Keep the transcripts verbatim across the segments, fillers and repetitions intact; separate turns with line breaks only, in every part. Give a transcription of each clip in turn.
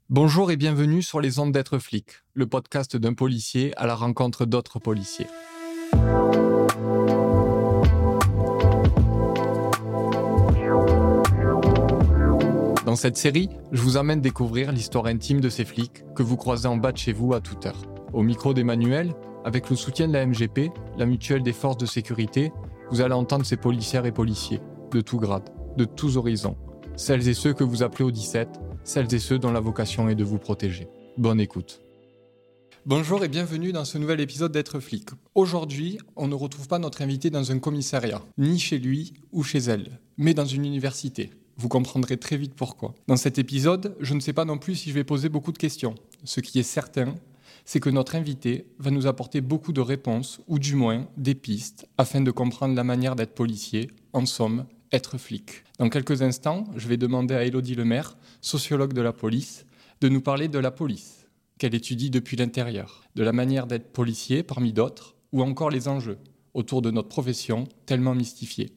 Bonjour et bienvenue sur les ondes d'être flic, le podcast d'un policier à la rencontre d'autres policiers. Dans cette série, je vous emmène découvrir l'histoire intime de ces flics que vous croisez en bas de chez vous à toute heure. Au micro d'Emmanuel, avec le soutien de la M G P, la mutuelle des forces de sécurité, vous allez entendre ces policières et policiers, de tous grades, de tous horizons, celles et ceux que vous appelez au dix-sept, celles et ceux dont la vocation est de vous protéger. Bonne écoute. Bonjour et bienvenue dans ce nouvel épisode d'être flic. Aujourd'hui, on ne retrouve pas notre invité dans un commissariat, ni chez lui ou chez elle, mais dans une université. Vous comprendrez très vite pourquoi. Dans cet épisode, je ne sais pas non plus si je vais poser beaucoup de questions. Ce qui est certain, c'est que notre invité va nous apporter beaucoup de réponses, ou du moins des pistes, afin de comprendre la manière d'être policier, en somme, être flic. Dans quelques instants, je vais demander à Élodie Lemaire, sociologue de la police, de nous parler de la police, qu'elle étudie depuis l'intérieur, de la manière d'être policier parmi d'autres, ou encore les enjeux autour de notre profession tellement mystifiée.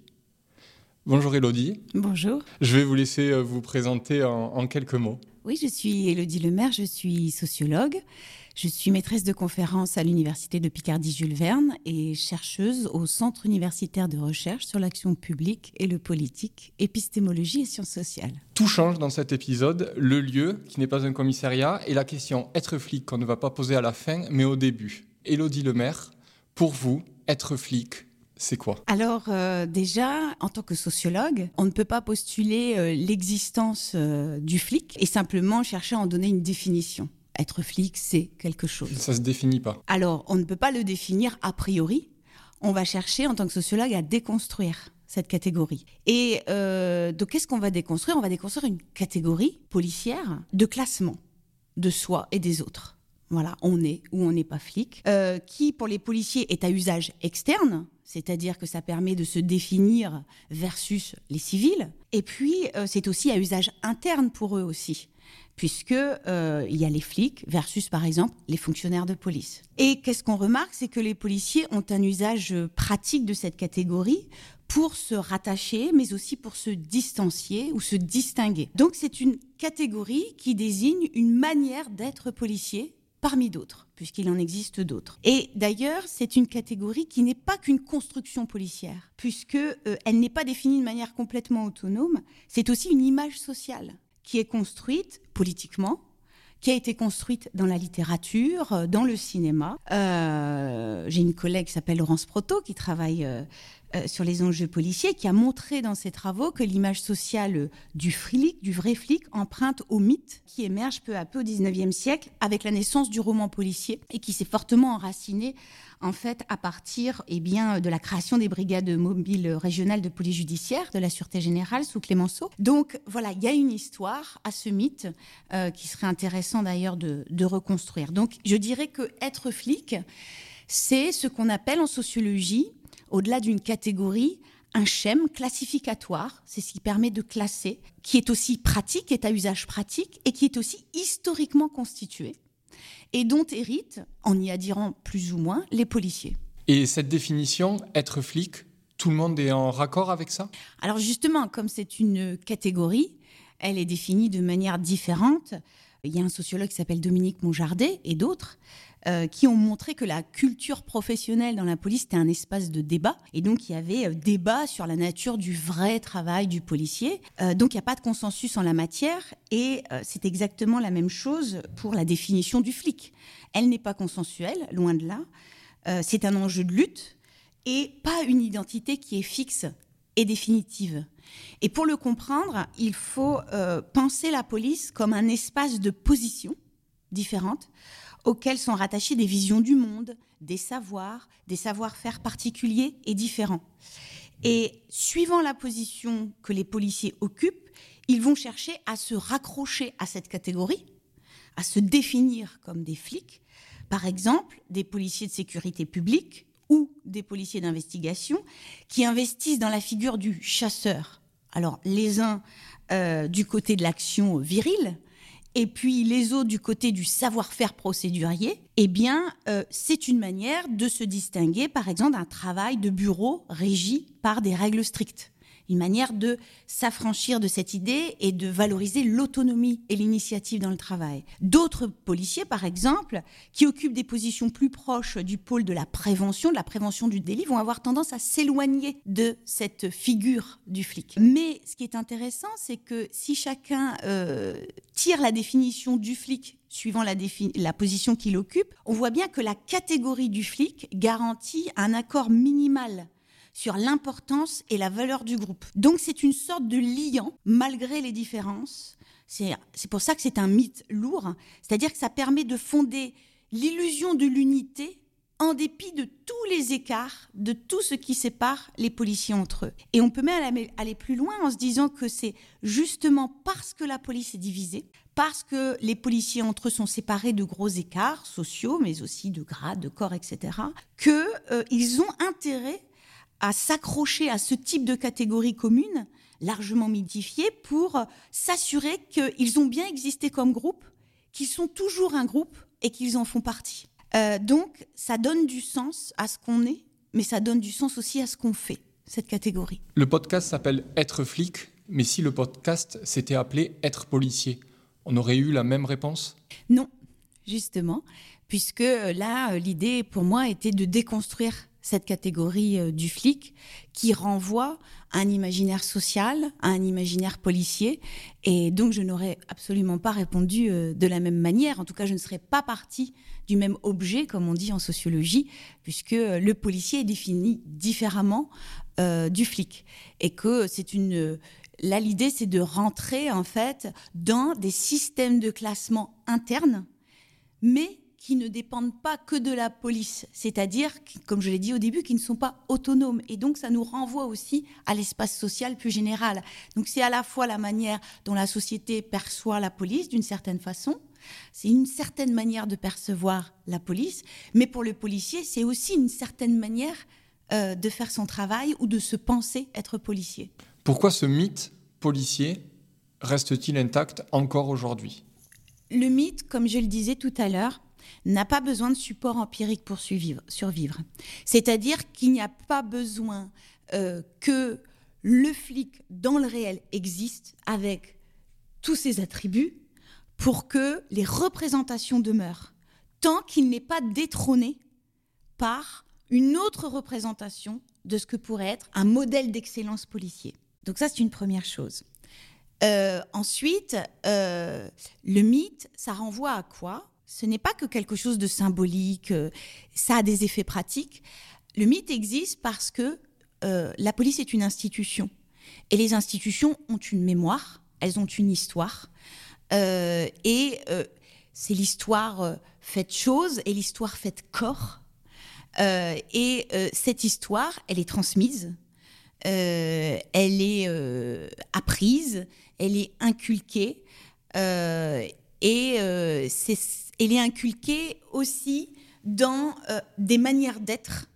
Bonjour Élodie.
Bonjour.
Je vais vous laisser vous présenter en, en quelques mots.
Oui, je suis Élodie Lemaire, je suis sociologue. Je suis maîtresse de conférences à l'Université de Picardie-Jules Verne et chercheuse au Centre universitaire de recherche sur l'action publique et le politique, épistémologie et sciences sociales.
Tout change dans cet épisode, le lieu qui n'est pas un commissariat et la question être flic qu'on ne va pas poser à la fin mais au début. Élodie Lemaire, pour vous, être flic, c'est quoi ?
Alors euh, déjà, en tant que sociologue, on ne peut pas postuler euh, l'existence euh, du flic et simplement chercher à en donner une définition. Être flic, c'est quelque chose.
Ça se définit pas.
Alors, on ne peut pas le définir a priori. On va chercher, en tant que sociologue, à déconstruire cette catégorie. Et euh, donc, qu'est-ce qu'on va déconstruire ? On va déconstruire une catégorie policière de classement de soi et des autres. Voilà, on est ou on n'est pas flic, euh, qui pour les policiers est à usage externe, c'est-à-dire que ça permet de se définir versus les civils, et puis euh, c'est aussi à usage interne pour eux aussi, puisque euh, il y a les flics versus par exemple les fonctionnaires de police. Et qu'est-ce qu'on remarque, c'est que les policiers ont un usage pratique de cette catégorie pour se rattacher, mais aussi pour se distancier ou se distinguer. Donc c'est une catégorie qui désigne une manière d'être policier parmi d'autres, puisqu'il en existe d'autres. Et d'ailleurs, c'est une catégorie qui n'est pas qu'une construction policière, puisqu'elle euh, n'est pas définie de manière complètement autonome, c'est aussi une image sociale qui est construite politiquement, qui a été construite dans la littérature, dans le cinéma. Euh, j'ai une collègue qui s'appelle Laurence Proto, qui travaille euh, euh, sur les enjeux policiers, qui a montré dans ses travaux que l'image sociale du flic, du vrai flic, emprunte au mythe qui émerge peu à peu au dix-neuvième siècle avec la naissance du roman policier et qui s'est fortement enraciné en fait à partir eh bien, de la création des brigades mobiles régionales de police judiciaire de la Sûreté Générale sous Clémenceau. Donc voilà, il y a une histoire à ce mythe euh, qui serait intéressant d'ailleurs de, de reconstruire. Donc je dirais que être flic, c'est ce qu'on appelle en sociologie, au-delà d'une catégorie, un schème classificatoire, c'est ce qui permet de classer, qui est aussi pratique, est à usage pratique et qui est aussi historiquement constitué et dont héritent, en y adhérant plus ou moins, les policiers.
Et cette définition, être flic, tout le monde est en raccord avec ça ?
Alors justement, comme c'est une catégorie, elle est définie de manière différente. Il y a un sociologue qui s'appelle Dominique Monjardet et d'autres euh, qui ont montré que la culture professionnelle dans la police était un espace de débat. Et donc, il y avait euh, débat sur la nature du vrai travail du policier. Euh, donc, il n'y a pas de consensus en la matière. Et euh, c'est exactement la même chose pour la définition du flic. Elle n'est pas consensuelle, loin de là. Euh, c'est un enjeu de lutte et pas une identité qui est fixe et définitive. Et pour le comprendre, il faut euh, penser la police comme un espace de positions différentes auxquelles sont rattachées des visions du monde, des savoirs, des savoir-faire particuliers et différents. Et suivant la position que les policiers occupent, ils vont chercher à se raccrocher à cette catégorie, à se définir comme des flics, par exemple des policiers de sécurité publique ou des policiers d'investigation qui investissent dans la figure du chasseur. Alors, les uns euh, du côté de l'action virile, et puis les autres du côté du savoir-faire procédurier, eh bien, euh, c'est une manière de se distinguer, par exemple, d'un travail de bureau régi par des règles strictes. une manière de s'affranchir de cette idée et de valoriser l'autonomie et l'initiative dans le travail. D'autres policiers, par exemple, qui occupent des positions plus proches du pôle de la prévention, de la prévention du délit, vont avoir tendance à s'éloigner de cette figure du flic. Mais ce qui est intéressant, c'est que si chacun euh, tire la définition du flic suivant la, défi- la position qu'il occupe, on voit bien que la catégorie du flic garantit un accord minimal sur l'importance et la valeur du groupe. Donc c'est une sorte de liant, malgré les différences. C'est, c'est pour ça que c'est un mythe lourd, c'est-à-dire que ça permet de fonder l'illusion de l'unité en dépit de tous les écarts, de tout ce qui sépare les policiers entre eux. Et on peut même aller plus loin en se disant que c'est justement parce que la police est divisée, parce que les policiers entre eux sont séparés de gros écarts sociaux, mais aussi de grades, de corps, et cetera, qu'ils euh, ont intérêt à s'accrocher à ce type de catégorie commune, largement mythifiée, pour s'assurer qu'ils ont bien existé comme groupe, qu'ils sont toujours un groupe et qu'ils en font partie. Euh, donc, ça donne du sens à ce qu'on est, mais ça donne du sens aussi à ce qu'on fait, cette catégorie.
Le podcast s'appelle « Être flic », mais si le podcast s'était appelé « Être policier », on aurait eu la même réponse ?
Non, justement, puisque là, l'idée pour moi était de déconstruire cette catégorie euh, du flic qui renvoie à un imaginaire social, à un imaginaire policier. Et donc, je n'aurais absolument pas répondu euh, de la même manière. En tout cas, je ne serais pas partie du même objet, comme on dit en sociologie, puisque le policier est défini différemment euh, du flic. Et que c'est une... Là, l'idée, c'est de rentrer, en fait, dans des systèmes de classement internes, mais qui ne dépendent pas que de la police, c'est-à-dire, comme je l'ai dit au début, qui ne sont pas autonomes. Et donc, ça nous renvoie aussi à l'espace social plus général. Donc, c'est à la fois la manière dont la société perçoit la police, d'une certaine façon. C'est une certaine manière de percevoir la police. Mais pour le policier, c'est aussi une certaine manière euh, de faire son travail ou de se penser être policier.
Pourquoi ce mythe policier reste-t-il intact encore aujourd'hui ?
Le mythe, comme je le disais tout à l'heure, n'a pas besoin de support empirique pour survivre. C'est-à-dire qu'il n'y a pas besoin euh, que le flic dans le réel existe avec tous ses attributs pour que les représentations demeurent, tant qu'il n'est pas détrôné par une autre représentation de ce que pourrait être un modèle d'excellence policier. Donc ça, c'est une première chose. Euh, ensuite, euh, le mythe, ça renvoie à quoi ? Ce n'est pas que quelque chose de symbolique, euh, ça a des effets pratiques. Le mythe existe parce que euh, la police est une institution. Et les institutions ont une mémoire, elles ont une histoire. Euh, et euh, c'est l'histoire euh, faite chose et l'histoire faite corps. Euh, et euh, cette histoire, elle est transmise. Euh, elle est euh, apprise, elle est inculquée euh, et euh, c'est, elle est inculquée aussi dans euh, des manières d'être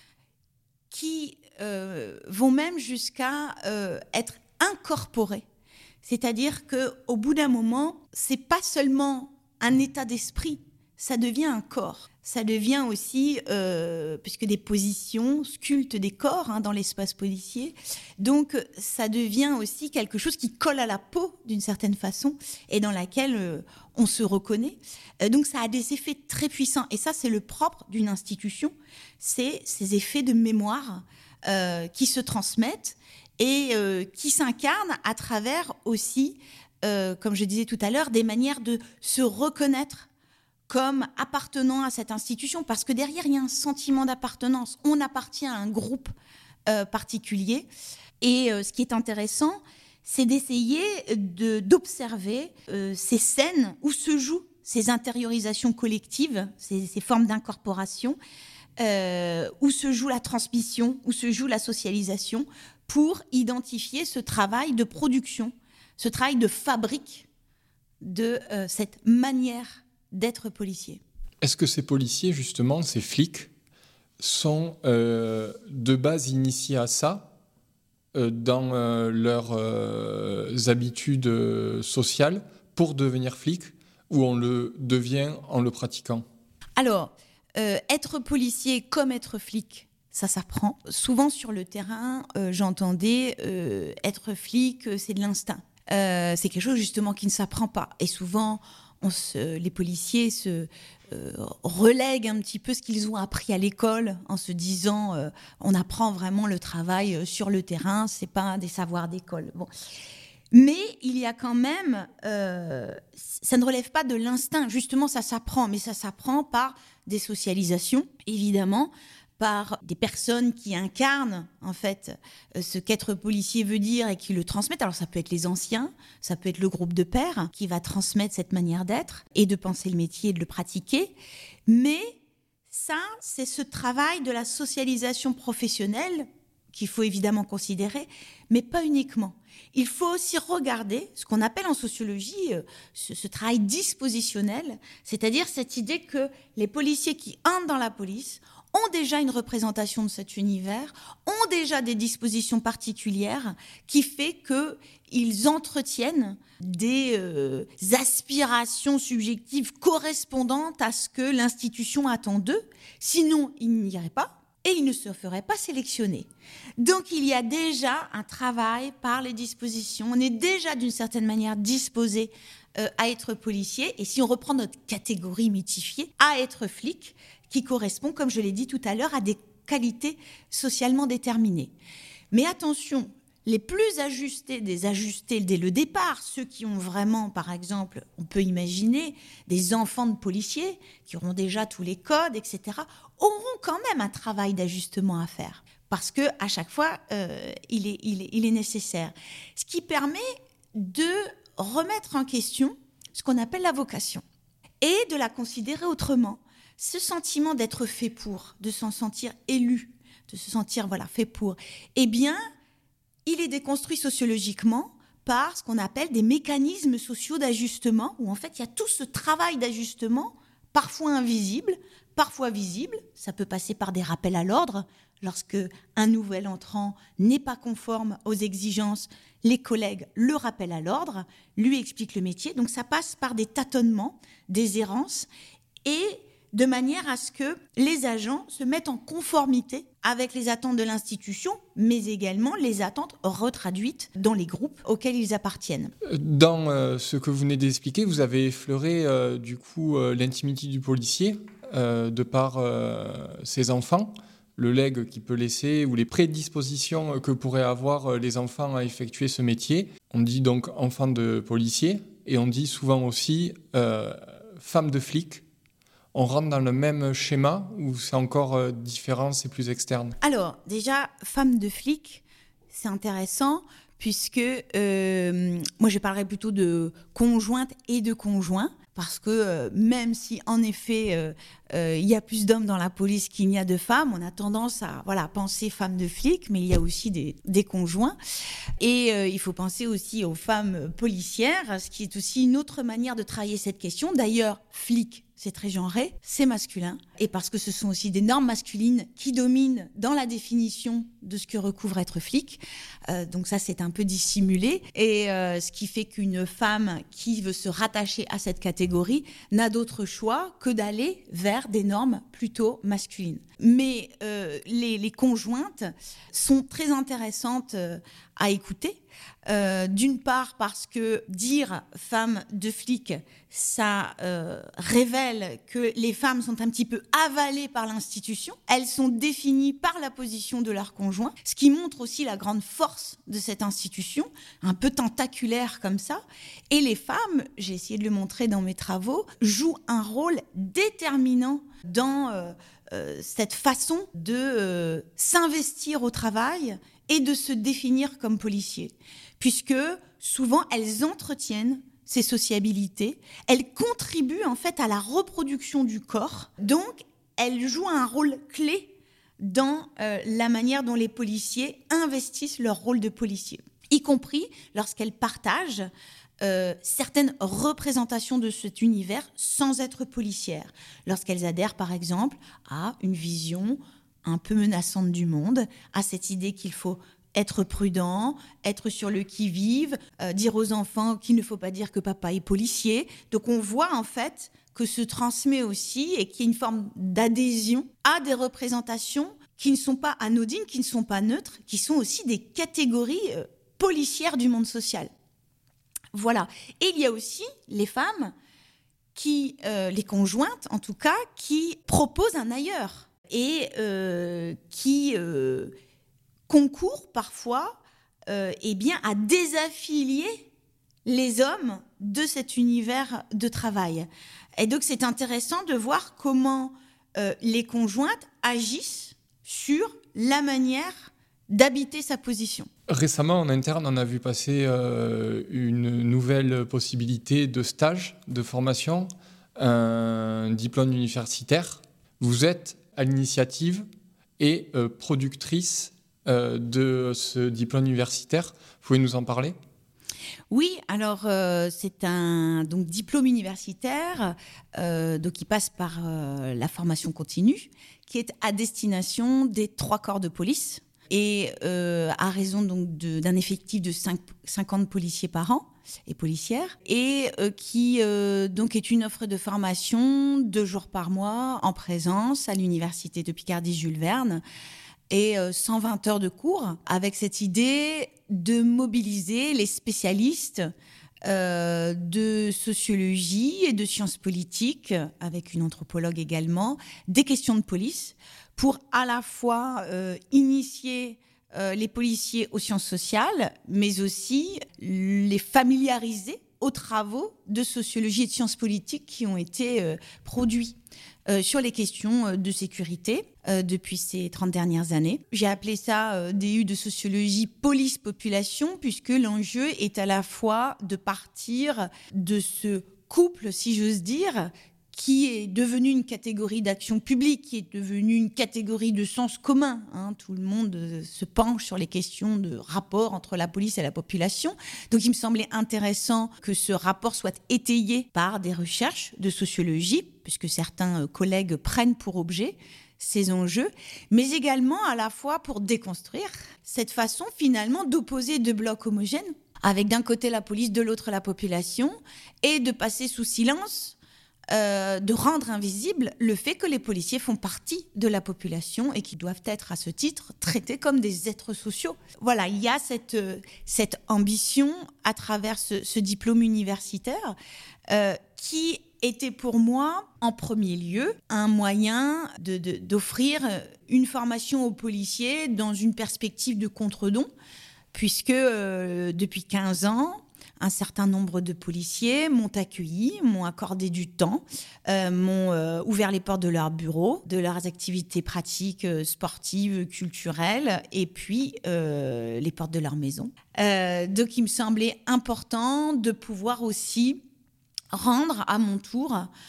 qui euh, vont même jusqu'à euh, être incorporées. C'est-à-dire qu'au bout d'un moment, c'est pas seulement un état d'esprit, ça devient un corps. Ça devient aussi, euh, puisque des positions sculptent des corps hein, dans l'espace policier, donc ça devient aussi quelque chose qui colle à la peau d'une certaine façon et dans laquelle euh, on se reconnaît. Euh, donc ça a des effets très puissants et ça c'est le propre d'une institution, c'est ces effets de mémoire euh, qui se transmettent et euh, qui s'incarnent à travers aussi, euh, comme je disais tout à l'heure, des manières de se reconnaître comme appartenant à cette institution, parce que derrière, il y a un sentiment d'appartenance. On appartient à un groupe euh, particulier. Et euh, ce qui est intéressant, c'est d'essayer de, d'observer euh, ces scènes où se jouent ces intériorisations collectives, ces, ces formes d'incorporation, euh, où se joue la transmission, où se joue la socialisation, pour identifier ce travail de production, ce travail de fabrique de euh, cette manière d'être policier.
Est-ce que ces policiers, justement, ces flics, sont euh, de base initiés à ça euh, dans euh, leurs euh, habitudes euh, sociales pour devenir flic, ou on le devient en le pratiquant ?
Alors, euh, être policier comme être flic, Ça s'apprend. Souvent sur le terrain, euh, j'entendais euh, être flic, euh, c'est de l'instinct. Euh, c'est quelque chose justement qui ne s'apprend pas. Et souvent, on se, les policiers se euh, relèguent un petit peu ce qu'ils ont appris à l'école en se disant euh, on apprend vraiment le travail sur le terrain, c'est pas des savoirs d'école. Bon. Mais il y a quand même, euh, ça ne relève pas de l'instinct. Justement, ça s'apprend, mais ça s'apprend par des socialisations, évidemment, par des personnes qui incarnent en fait ce qu'être policier veut dire et qui le transmettent. Alors ça peut être les anciens, ça peut être le groupe de pairs qui va transmettre cette manière d'être et de penser le métier et de le pratiquer. Mais ça, c'est ce travail de la socialisation professionnelle qu'il faut évidemment considérer, mais pas uniquement. Il faut aussi regarder ce qu'on appelle en sociologie euh, ce, ce travail dispositionnel, c'est-à-dire cette idée que les policiers qui entrent dans la police ont déjà une représentation de cet univers, ont déjà des dispositions particulières qui fait qu'ils entretiennent des euh, aspirations subjectives correspondantes à ce que l'institution attend d'eux. Sinon, ils n'y iraient pas et ils ne se feraient pas sélectionner. Donc, il y a déjà un travail par les dispositions. On est déjà d'une certaine manière disposé euh, à être policier. Et si on reprend notre catégorie mythifiée, à être flic, qui correspond, comme je l'ai dit tout à l'heure, à des qualités socialement déterminées. Mais attention, les plus ajustés des ajustés dès le départ, ceux qui ont vraiment, par exemple, on peut imaginer des enfants de policiers qui auront déjà tous les codes, et cetera, auront quand même un travail d'ajustement à faire. Parce qu'à chaque fois, euh, il est, il est, il est nécessaire. Ce qui permet de remettre en question ce qu'on appelle la vocation et de la considérer autrement. Ce sentiment d'être fait pour, de s'en sentir élu, de se sentir voilà, fait pour, eh bien, il est déconstruit sociologiquement par ce qu'on appelle des mécanismes sociaux d'ajustement, où en fait, il y a tout ce travail d'ajustement, parfois invisible, parfois visible. Ça peut passer par des rappels à l'ordre. Lorsque un nouvel entrant n'est pas conforme aux exigences, les collègues le rappellent à l'ordre, lui expliquent le métier. Donc ça passe par des tâtonnements, des errances, et de manière à ce que les agents se mettent en conformité avec les attentes de l'institution, mais également les attentes retraduites dans les groupes auxquels ils appartiennent.
Dans euh, ce que vous venez d'expliquer, vous avez effleuré euh, du coup euh, l'intimité du policier euh, de par euh, ses enfants, le legs qu'il peut laisser ou les prédispositions que pourraient avoir les enfants à effectuer ce métier. On dit donc enfant de policier et on dit souvent aussi euh, femme de flic. On rentre dans le même schéma ou c'est encore euh, différent, c'est plus externe?
Alors, déjà, femme de flic, c'est intéressant puisque euh, moi, je parlerais plutôt de conjointe et de conjoint parce que euh, même si, en effet, euh, euh, il y a plus d'hommes dans la police qu'il n'y a de femmes, on a tendance à voilà, penser femme de flic, mais il y a aussi des, des conjoints. Et euh, il faut penser aussi aux femmes policières, ce qui est aussi une autre manière de travailler cette question. D'ailleurs, flic, c'est très genré, c'est masculin, et parce que ce sont aussi des normes masculines qui dominent dans la définition de ce que recouvre être flic. Euh, donc ça, c'est un peu dissimulé, et euh, ce qui fait qu'une femme qui veut se rattacher à cette catégorie n'a d'autre choix que d'aller vers des normes plutôt masculines. Mais euh, les, les conjointes sont très intéressantes euh, à écouter. Euh, d'une part parce que dire femme de flic, ça euh, révèle que les femmes sont un petit peu avalées par l'institution. Elles sont définies par la position de leur conjoint, ce qui montre aussi la grande force de cette institution, un peu tentaculaire comme ça. Et les femmes, j'ai essayé de le montrer dans mes travaux, jouent un rôle déterminant dans euh, euh, cette façon de euh, s'investir au travail et de se définir comme policier, puisque souvent elles entretiennent ces sociabilités, elles contribuent en fait à la reproduction du corps, donc elles jouent un rôle clé dans euh, la manière dont les policiers investissent leur rôle de policier, y compris lorsqu'elles partagent euh, certaines représentations de cet univers sans être policières, lorsqu'elles adhèrent par exemple à une vision un peu menaçante du monde, à cette idée qu'il faut être prudent, être sur le qui-vive, euh, dire aux enfants qu'il ne faut pas dire que papa est policier. Donc on voit en fait que se transmet aussi et qu'il y a une forme d'adhésion à des représentations qui ne sont pas anodines, qui ne sont pas neutres, qui sont aussi des catégories euh, policières du monde social. Voilà. Et il y a aussi les femmes, qui, euh, les conjointes en tout cas, qui proposent un ailleurs et euh, qui euh, concourent parfois euh, eh bien, à désaffilier les hommes de cet univers de travail. Et donc c'est intéressant de voir comment euh, les conjointes agissent sur la manière d'habiter sa position.
Récemment, en interne, on a vu passer euh, une nouvelle possibilité de stage, de formation, un diplôme universitaire. Vous êtes à l'initiative et euh, productrice euh, de ce diplôme universitaire. Vous pouvez nous en parler ?
Oui, alors euh, c'est un donc, diplôme universitaire euh, donc, qui passe par euh, la formation continue, qui est à destination des trois corps de police et euh, à raison donc, de, d'un effectif de cinq, cinquante policiers par an et policières, et euh, qui euh, donc est une offre de formation deux jours par mois en présence à l'université de Picardie-Jules Verne, et cent vingt heures de cours, avec cette idée de mobiliser les spécialistes euh, de sociologie et de sciences politiques, avec une anthropologue également, des questions de police, pour à la fois euh, initier euh, les policiers aux sciences sociales, mais aussi les familiariser aux travaux de sociologie et de sciences politiques qui ont été euh, produits euh, sur les questions de sécurité euh, depuis ces trente dernières années. J'ai appelé ça euh, D U de sociologie police-population, puisque l'enjeu est à la fois de partir de ce couple, si j'ose dire, qui est devenu une catégorie d'action publique, qui est devenu une catégorie de sens commun. Hein. Tout le monde se penche sur les questions de rapport entre la police et la population. Donc il me semblait intéressant que ce rapport soit étayé par des recherches de sociologie, puisque certains collègues prennent pour objet ces enjeux, mais également à la fois pour déconstruire cette façon finalement d'opposer deux blocs homogènes, avec d'un côté la police, de l'autre la population, et de passer sous silence Euh, de rendre invisible le fait que les policiers font partie de la population et qui doivent être à ce titre traités comme des êtres sociaux. Voilà, il y a cette, euh, cette ambition à travers ce, ce diplôme universitaire euh, qui était pour moi, en premier lieu, un moyen de, de, d'offrir une formation aux policiers dans une perspective de contre-don, puisque euh, depuis quinze ans, un certain nombre de policiers m'ont accueilli, m'ont accordé du temps, euh, m'ont euh, ouvert les portes de leur bureau, de leurs activités pratiques, euh, sportives, culturelles, et puis euh, les portes de leur maison. Euh, donc il me semblait important de pouvoir aussi rendre à mon tour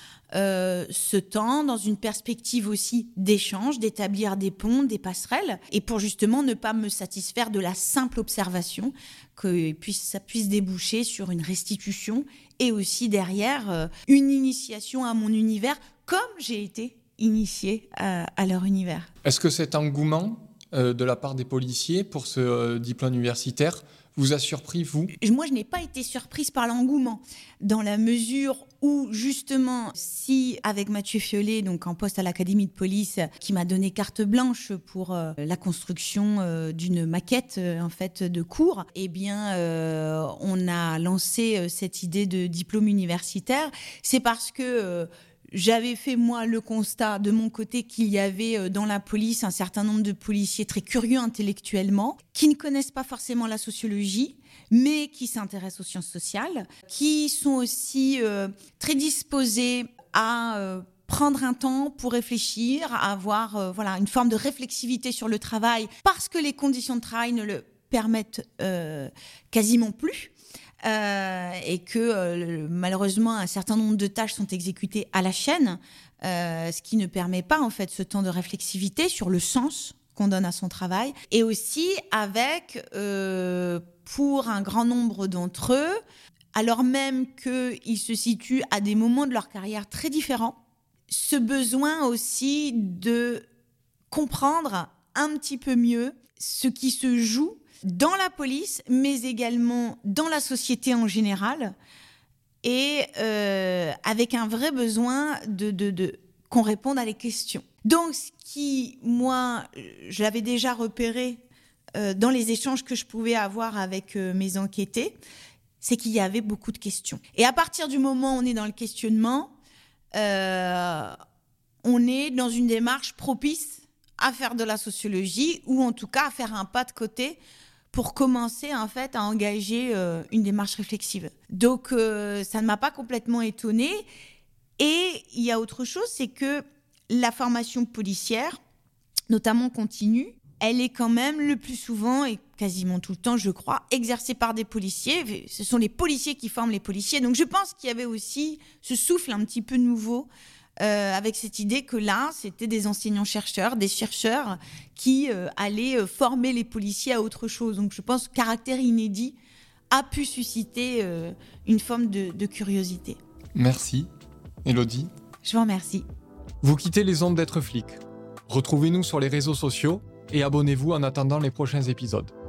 Euh, ce temps dans une perspective aussi d'échange, d'établir des ponts, des passerelles, et pour justement ne pas me satisfaire de la simple observation, que puisse, ça puisse déboucher sur une restitution et aussi derrière euh, une initiation à mon univers, comme j'ai été initiée à, à leur univers.
Est-ce que cet engouement euh, de la part des policiers pour ce euh, diplôme universitaire vous a surpris, vous ?
Moi, je n'ai pas été surprise par l'engouement, dans la mesure où, justement, si, avec Mathieu Fiollet, donc en poste à l'Académie de police, qui m'a donné carte blanche pour euh, la construction euh, d'une maquette, euh, en fait, de cours, eh bien, euh, on a lancé euh, cette idée de diplôme universitaire. C'est parce que euh, j'avais fait, moi, le constat de mon côté qu'il y avait dans la police un certain nombre de policiers très curieux intellectuellement, qui ne connaissent pas forcément la sociologie, mais qui s'intéressent aux sciences sociales, qui sont aussi euh, très disposés à euh, prendre un temps pour réfléchir, à avoir euh, voilà, une forme de réflexivité sur le travail, parce que les conditions de travail ne le permettent euh, quasiment plus. Euh, et que euh, malheureusement un certain nombre de tâches sont exécutées à la chaîne, euh, ce qui ne permet pas en fait ce temps de réflexivité sur le sens qu'on donne à son travail, et aussi avec, euh, pour un grand nombre d'entre eux, alors même qu'ils se situent à des moments de leur carrière très différents, ce besoin aussi de comprendre un petit peu mieux ce qui se joue dans la police, mais également dans la société en général, et euh, avec un vrai besoin de, de, de qu'on réponde à les questions. Donc, ce qui, moi, je l'avais déjà repéré euh, dans les échanges que je pouvais avoir avec euh, mes enquêtés, c'est qu'il y avait beaucoup de questions. Et à partir du moment où on est dans le questionnement, euh, on est dans une démarche propice à faire de la sociologie ou en tout cas à faire un pas de côté pour commencer en fait à engager euh, une démarche réflexive. Donc euh, ça ne m'a pas complètement étonnée. Et il y a autre chose, c'est que la formation policière, notamment continue, elle est quand même le plus souvent et quasiment tout le temps, je crois, exercée par des policiers. Ce sont les policiers qui forment les policiers. Donc je pense qu'il y avait aussi ce souffle un petit peu nouveau euh, avec cette idée que là, c'était des enseignants-chercheurs, des chercheurs qui euh, allaient former les policiers à autre chose. Donc je pense que le caractère inédit a pu susciter euh, une forme de, de curiosité.
Merci. Élodie.
Je vous remercie.
Vous quittez les ondes d'être flic. Retrouvez-nous sur les réseaux sociaux et abonnez-vous en attendant les prochains épisodes.